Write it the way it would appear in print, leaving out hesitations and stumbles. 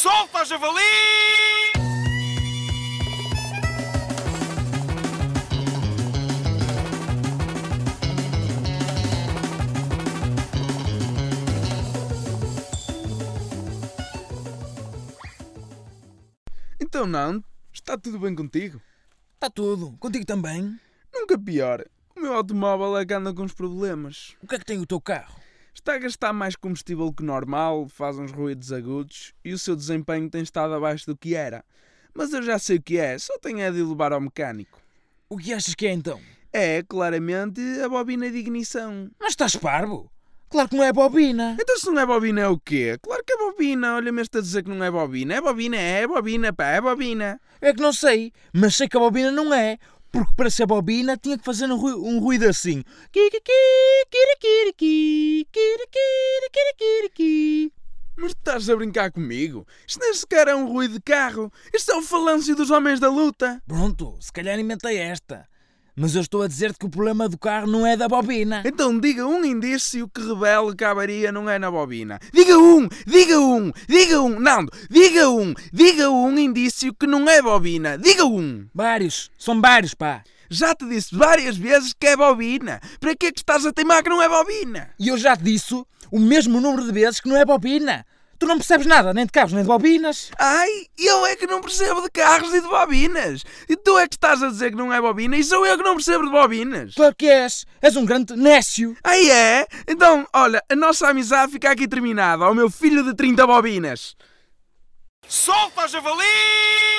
Solta, javali! Então, Nando, está tudo bem contigo? Está tudo. Contigo também? Nunca pior. O meu automóvel é que anda com uns problemas. O que é que tem o teu carro? Está a gastar mais combustível que normal, faz uns ruídos agudos e o seu desempenho tem estado abaixo do que era. Mas eu já sei o que é, só tenho é de o levar ao mecânico. O que achas que é então? É, claramente, a bobina de ignição. Mas estás parvo? Claro que não é bobina. Então se não é bobina é o quê? Claro que é bobina, olha-me este a dizer que não é bobina. É bobina, pá, é bobina. É que não sei, mas sei que a bobina não é. Porque para ser bobina tinha que fazer um ruído assim. Mas estás a brincar comigo? Isto nem sequer é um ruído de carro. Isto é o falâncio dos homens da luta. Pronto, se calhar inventei esta. Mas eu estou a dizer-te que o problema do carro não é da bobina. Então diga um indício que revele que a avaria não é na bobina. Diga um, Nando, diga um indício que não é bobina. Diga um. São vários, pá. Já te disse várias vezes que é bobina. Para que é que estás a teimar que não é bobina? E eu já te disse o mesmo número de vezes que não é bobina. Tu não percebes nada, nem de carros, nem de bobinas. Ai, eu é que não percebo de carros e de bobinas. E tu é que estás a dizer que não é bobina e sou eu que não percebo de bobinas. Claro que és. És um grande nécio. Ai é? Então, olha, a nossa amizade fica aqui terminada. Ao meu filho de 30 bobinas. Solta, javali!